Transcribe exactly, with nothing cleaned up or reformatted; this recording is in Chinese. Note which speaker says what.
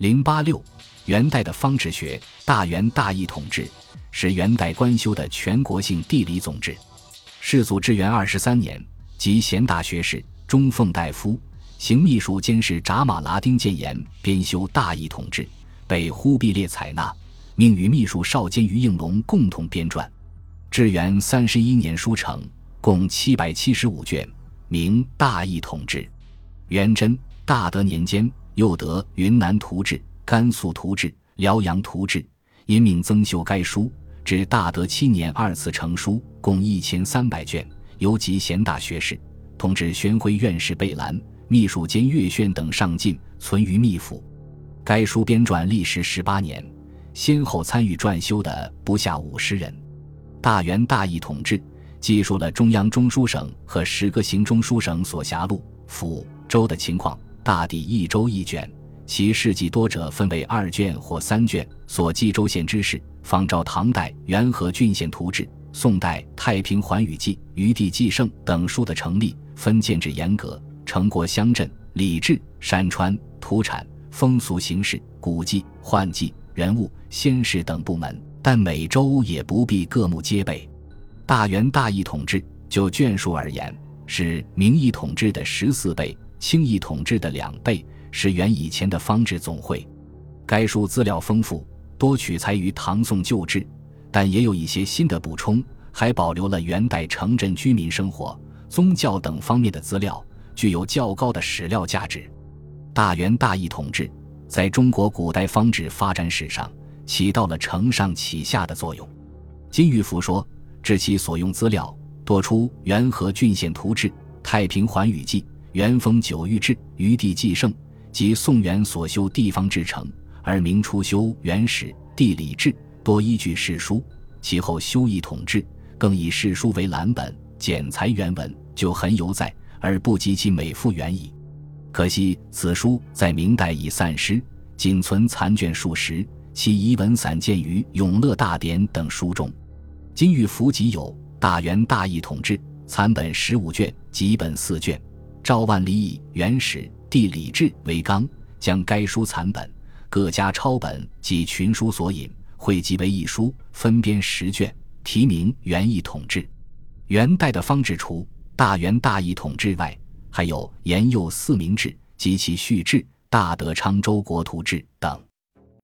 Speaker 1: 零八六元代的方志学，大元大义统制是元代官修的全国性地理总制。世祖至元二十三年，即贤大学士、中奉大夫、行秘书监事札马拉丁谏言编修大义统制，被忽必烈采纳，命与秘书少监于应龙共同编撰。至元三十一年书成，共七百七十五卷，名大义统制。元贞大德年间，又得云南图志、甘肃图志、辽阳图志，因命增修该书，至大德七年二次成书，共一千三百卷，由集贤大学士、同治宣徽院士贝兰、秘书监岳炫等上进，存于秘府。该书编撰历时十八年，先后参与撰修的不下五十人。大元大义统制记述了中央中书省和十个行中书省所辖路、府、州的情况，大抵一州一卷，其事迹多者分为二卷或三卷，所记州县之事，仿照唐代元和郡县图志、宋代太平寰宇记、余地记胜等书的成立，分建制严格，城国乡镇、礼制、山川、土产、风俗形式、古迹、幻迹、人物、先世等部门，但每州也不必各目皆备。大元大义统制就卷数而言，是明义统制的十四倍，清义统治的两倍，是元以前的方志总会。该书资料丰富，多取材于唐宋旧志，但也有一些新的补充，还保留了元代城镇居民生活、宗教等方面的资料，具有较高的史料价值。大元大义统治在中国古代方志发展史上起到了承上启下的作用。金玉福说，至其所用资料多出元和郡县图志、太平寰宇记、元丰九御志、余地记胜及宋元所修地方志成，而明初修元史、地理志多依据史书，其后修义统制更以史书为蓝本，剪裁原文，就很犹在，而不及其美复原意。可惜此书在明代已散失，仅存残卷数十，其遗文散见于《永乐大典》等书中。金玉福集有大元大义统制残本十五卷，集本四卷。赵万里以元史、地理志为纲，将该书残本、各家抄本及群书所引汇集为一书，分编十卷，题名《元义统制》。元代的方志除大元大义统制外，还有延佑四明志及其续志、大德昌州国图志等。